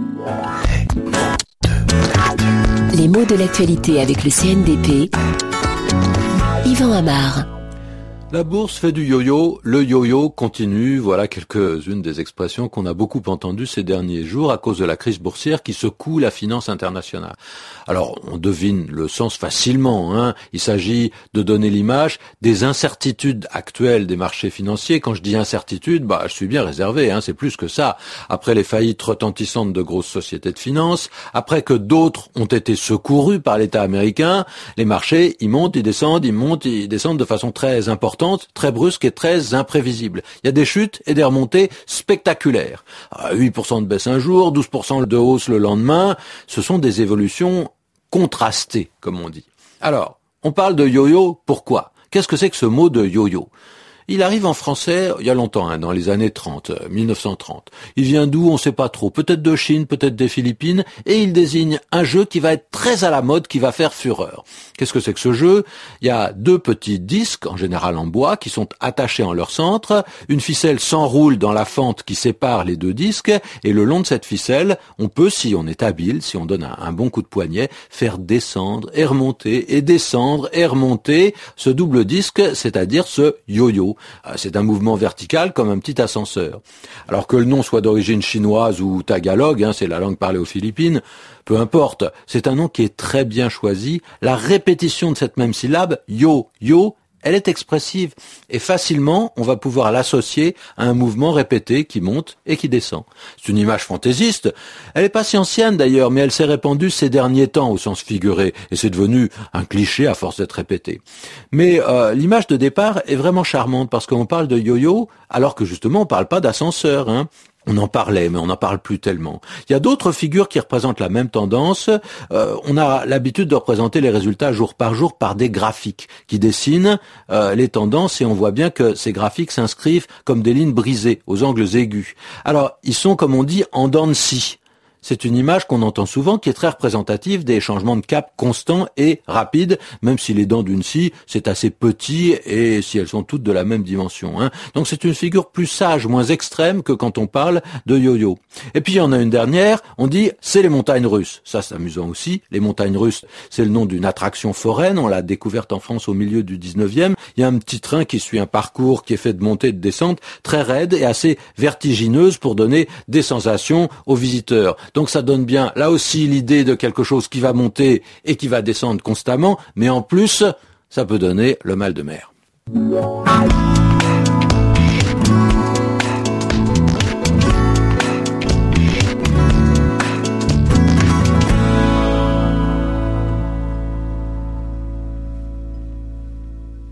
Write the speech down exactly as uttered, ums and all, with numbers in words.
Les mots de l'actualité avec le C N D P. Yvan Amar. La bourse fait du yo-yo, le yo-yo continue, voilà quelques-unes des expressions qu'on a beaucoup entendues ces derniers jours à cause de la crise boursière qui secoue la finance internationale. Alors, on devine le sens facilement, hein. Il s'agit de donner l'image des incertitudes actuelles des marchés financiers. Quand je dis incertitude, bah, je suis bien réservé, hein, c'est plus que ça. Après les faillites retentissantes de grosses sociétés de finance, après que d'autres ont été secourus par l'État américain, les marchés, ils montent, ils descendent, ils montent, ils descendent de façon très importante, très brusque et très imprévisible. Il y a des chutes et des remontées spectaculaires. huit pour cent de baisse un jour, douze pour cent de hausse le lendemain. Ce sont des évolutions contrastées, comme on dit. Alors, on parle de yo-yo, pourquoi ? Qu'est-ce que c'est que ce mot de yo-yo ? Il arrive en français il y a longtemps, hein, dans les années trente, mille neuf cent trente. Il vient d'où, on ne sait pas trop. Peut-être de Chine, peut-être des Philippines. Et il désigne un jeu qui va être très à la mode, qui va faire fureur. Qu'est-ce que c'est que ce jeu ? Il y a deux petits disques, en général en bois, qui sont attachés en leur centre. Une ficelle s'enroule dans la fente qui sépare les deux disques. Et le long de cette ficelle, on peut, si on est habile, si on donne un, un bon coup de poignet, faire descendre et remonter, et descendre et remonter ce double disque, c'est-à-dire ce yo-yo. C'est un mouvement vertical comme un petit ascenseur. Alors que le nom soit d'origine chinoise ou tagalog, hein, c'est la langue parlée aux Philippines, peu importe, c'est un nom qui est très bien choisi. La répétition de cette même syllabe, yo, yo, elle est expressive et facilement on va pouvoir l'associer à un mouvement répété qui monte et qui descend. C'est une image fantaisiste, elle est pas si ancienne d'ailleurs, mais elle s'est répandue ces derniers temps au sens figuré et c'est devenu un cliché à force d'être répété. Mais euh, l'image de départ est vraiment charmante parce qu'on parle de yo-yo alors que justement on parle pas d'ascenseur, hein. On en parlait, mais on n'en parle plus tellement. Il y a d'autres figures qui représentent la même tendance. Euh, on a l'habitude de représenter les résultats jour par jour par des graphiques qui dessinent euh, les tendances et on voit bien que ces graphiques s'inscrivent comme des lignes brisées, aux angles aigus. Alors, ils sont, comme on dit, en dents de scie. C'est une image qu'on entend souvent qui est très représentative des changements de cap constants et rapides, même si les dents d'une scie, c'est assez petit et si elles sont toutes de la même dimension, hein. Donc c'est une figure plus sage, moins extrême que quand on parle de yo-yo. Et puis il y en a une dernière, on dit c'est les montagnes russes. Ça c'est amusant aussi. Les montagnes russes, c'est le nom d'une attraction foraine. On l'a découverte en France au milieu du dix-neuvième. Il y a un petit train qui suit un parcours qui est fait de montée et de descente très raide et assez vertigineuse pour donner des sensations aux visiteurs. Donc ça donne bien, là aussi, l'idée de quelque chose qui va monter et qui va descendre constamment, mais en plus, ça peut donner le mal de mer.